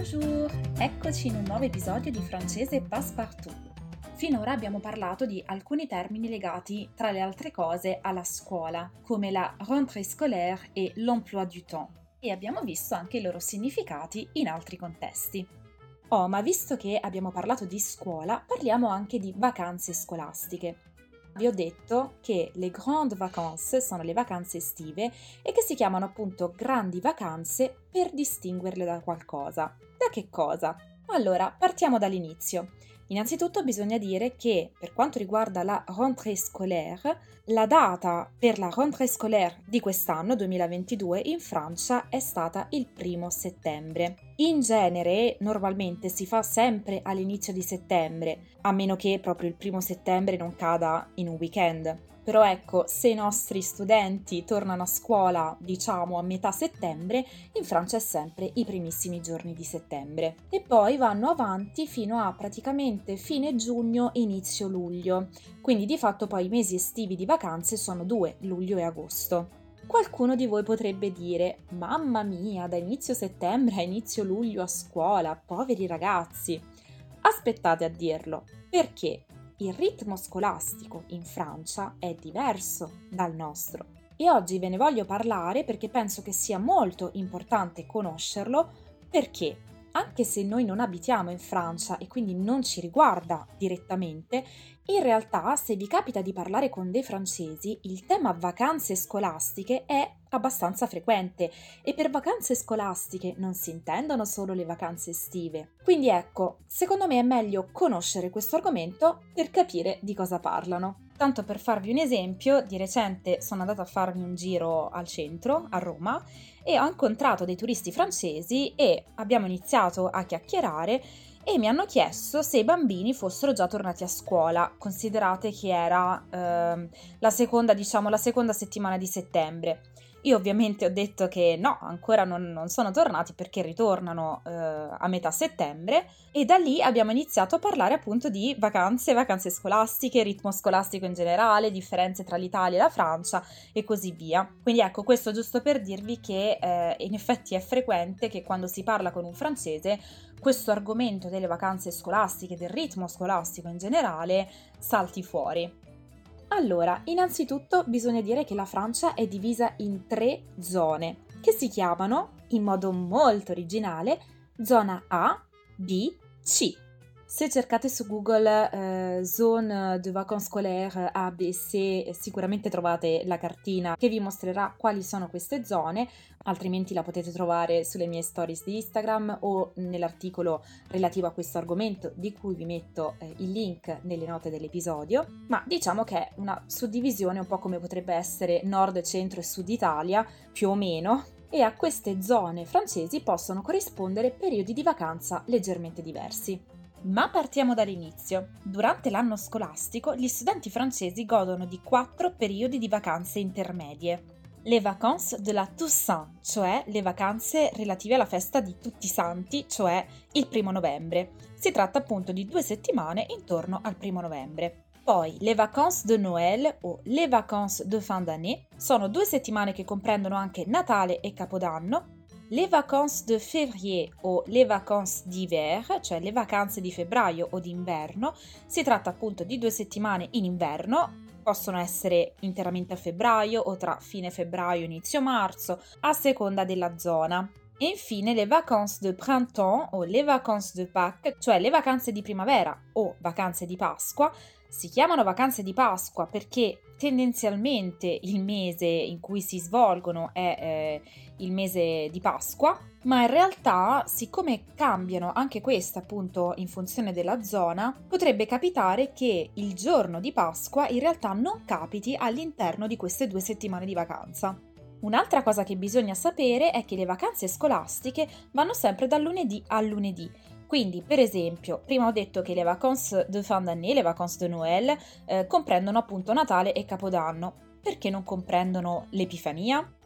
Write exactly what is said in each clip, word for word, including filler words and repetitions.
Bonjour! Eccoci in un nuovo episodio di Francese Passepartout. Finora abbiamo parlato di alcuni termini legati, tra le altre cose, alla scuola, come la rentrée scolaire e l'emploi du temps, e abbiamo visto anche i loro significati in altri contesti. Oh, ma visto che abbiamo parlato di scuola, parliamo anche di vacanze scolastiche. Vi ho detto che le grandes vacances sono le vacanze estive e che si chiamano appunto grandi vacanze per distinguerle da qualcosa. Da che cosa? Allora, partiamo dall'inizio. Innanzitutto bisogna dire che per quanto riguarda la rentrée scolaire, la data per la rentrée scolaire di quest'anno, duemilaventidue, in Francia è stata il primo settembre. In genere, normalmente si fa sempre all'inizio di settembre, a meno che proprio il primo settembre non cada in un weekend. Però ecco, se i nostri studenti tornano a scuola, diciamo a metà settembre, in Francia è sempre i primissimi giorni di settembre. E poi vanno avanti fino a praticamente fine giugno, inizio luglio. Quindi di fatto poi i mesi estivi di vacanze sono due, luglio e agosto. Qualcuno di voi potrebbe dire: mamma mia, da inizio settembre a inizio luglio a scuola, poveri ragazzi. Aspettate a dirlo, perché il ritmo scolastico in Francia è diverso dal nostro e oggi ve ne voglio parlare perché penso che sia molto importante conoscerlo, perché anche se noi non abitiamo in Francia e quindi non ci riguarda direttamente, in realtà se vi capita di parlare con dei francesi il tema vacanze scolastiche è abbastanza frequente e per vacanze scolastiche non si intendono solo le vacanze estive. Quindi ecco, secondo me è meglio conoscere questo argomento per capire di cosa parlano. Tanto per farvi un esempio, di recente sono andata a farmi un giro al centro, a Roma, e ho incontrato dei turisti francesi e abbiamo iniziato a chiacchierare e mi hanno chiesto se i bambini fossero già tornati a scuola. Considerate che era ehm, la seconda, diciamo, la seconda settimana di settembre. Io ovviamente ho detto che no, ancora non, non sono tornati perché ritornano eh, a metà settembre, e da lì abbiamo iniziato a parlare appunto di vacanze, vacanze scolastiche, ritmo scolastico in generale, differenze tra l'Italia e la Francia e così via. Quindi ecco, questo giusto per dirvi che eh, in effetti è frequente che quando si parla con un francese questo argomento delle vacanze scolastiche, del ritmo scolastico in generale, salti fuori. Allora, innanzitutto bisogna dire che la Francia è divisa in tre zone, che si chiamano, in modo molto originale, zona A, B, C. Se cercate su Google eh, Zone de vacances scolaires A, B, C, sicuramente trovate la cartina che vi mostrerà quali sono queste zone, altrimenti la potete trovare sulle mie stories di Instagram o nell'articolo relativo a questo argomento, di cui vi metto eh, il link nelle note dell'episodio. Ma diciamo che è una suddivisione un po' come potrebbe essere nord, centro e sud Italia, più o meno, e a queste zone francesi possono corrispondere periodi di vacanza leggermente diversi. Ma partiamo dall'inizio. Durante l'anno scolastico gli studenti francesi godono di quattro periodi di vacanze intermedie. Le vacances de la Toussaint, cioè le vacanze relative alla festa di Tutti i Santi, cioè il primo novembre. Si tratta appunto di due settimane intorno al primo novembre. Poi le vacances de Noël o les vacances de fin d'année sono due settimane che comprendono anche Natale e Capodanno. Le vacances de février o les vacances d'hiver, cioè le vacanze di febbraio o d'inverno, si tratta appunto di due settimane in inverno, possono essere interamente a febbraio o tra fine febbraio e inizio marzo, a seconda della zona. E infine le vacances de printemps o les vacances de Pâques, cioè le vacanze di primavera o vacanze di Pasqua. Si chiamano vacanze di Pasqua perché tendenzialmente il mese in cui si svolgono è eh, il mese di Pasqua, ma in realtà, siccome cambiano anche queste appunto in funzione della zona, potrebbe capitare che il giorno di Pasqua in realtà non capiti all'interno di queste due settimane di vacanza. Un'altra cosa che bisogna sapere è che le vacanze scolastiche vanno sempre dal lunedì al lunedì. Quindi, per esempio, prima ho detto che le vacances de fin d'année, le vacances de Noël, eh, comprendono appunto Natale e Capodanno. Perché non comprendono l'Epifania?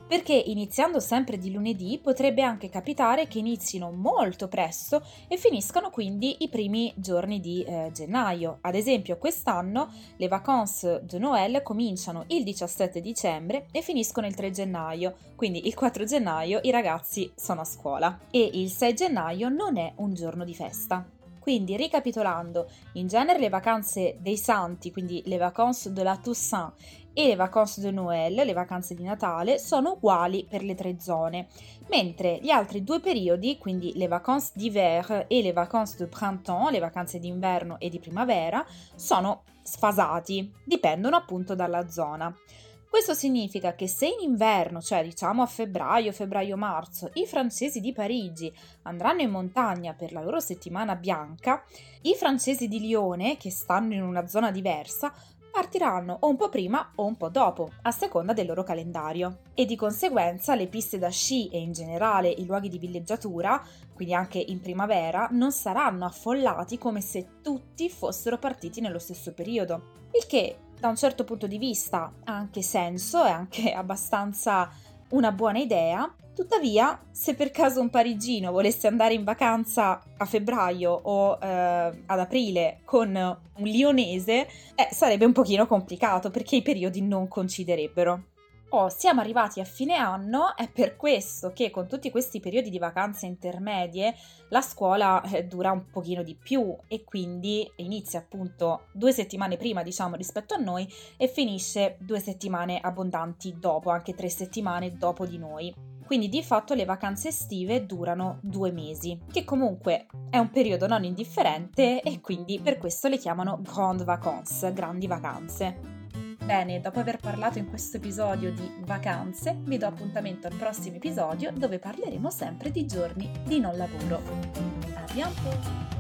Perché iniziando sempre di lunedì potrebbe anche capitare che inizino molto presto e finiscano quindi i primi giorni di eh, gennaio. Ad esempio quest'anno le vacances de Noël cominciano il diciassette dicembre e finiscono il tre gennaio, quindi il quattro gennaio i ragazzi sono a scuola e il sei gennaio non è un giorno di festa. Quindi, ricapitolando, in genere le vacanze dei santi, quindi le vacances de la Toussaint e le vacances de Noël, le vacanze di Natale, sono uguali per le tre zone, mentre gli altri due periodi, quindi le vacances d'hiver e le vacances de printemps, le vacanze d'inverno e di primavera, sono sfasati, dipendono appunto dalla zona. Questo significa che se in inverno, cioè diciamo a febbraio, febbraio-marzo, i francesi di Parigi andranno in montagna per la loro settimana bianca, i francesi di Lione, che stanno in una zona diversa, partiranno o un po' prima o un po' dopo, a seconda del loro calendario. E di conseguenza le piste da sci e in generale i luoghi di villeggiatura, quindi anche in primavera, non saranno affollati come se tutti fossero partiti nello stesso periodo. Il che, da un certo punto di vista, ha anche senso, è anche abbastanza una buona idea. Tuttavia, se per caso un parigino volesse andare in vacanza a febbraio o eh, ad aprile con un lionese, eh, sarebbe un pochino complicato perché i periodi non coinciderebbero. Oh, siamo arrivati a fine anno, è per questo che con tutti questi periodi di vacanze intermedie la scuola eh, dura un pochino di più e quindi inizia appunto due settimane prima, diciamo, rispetto a noi e finisce due settimane abbondanti dopo, anche tre settimane dopo di noi. Quindi di fatto le vacanze estive durano due mesi, che comunque è un periodo non indifferente e quindi per questo le chiamano grandes vacances, grandi vacanze. Bene, dopo aver parlato in questo episodio di vacanze, vi do appuntamento al prossimo episodio dove parleremo sempre di giorni di non lavoro. A bientôt!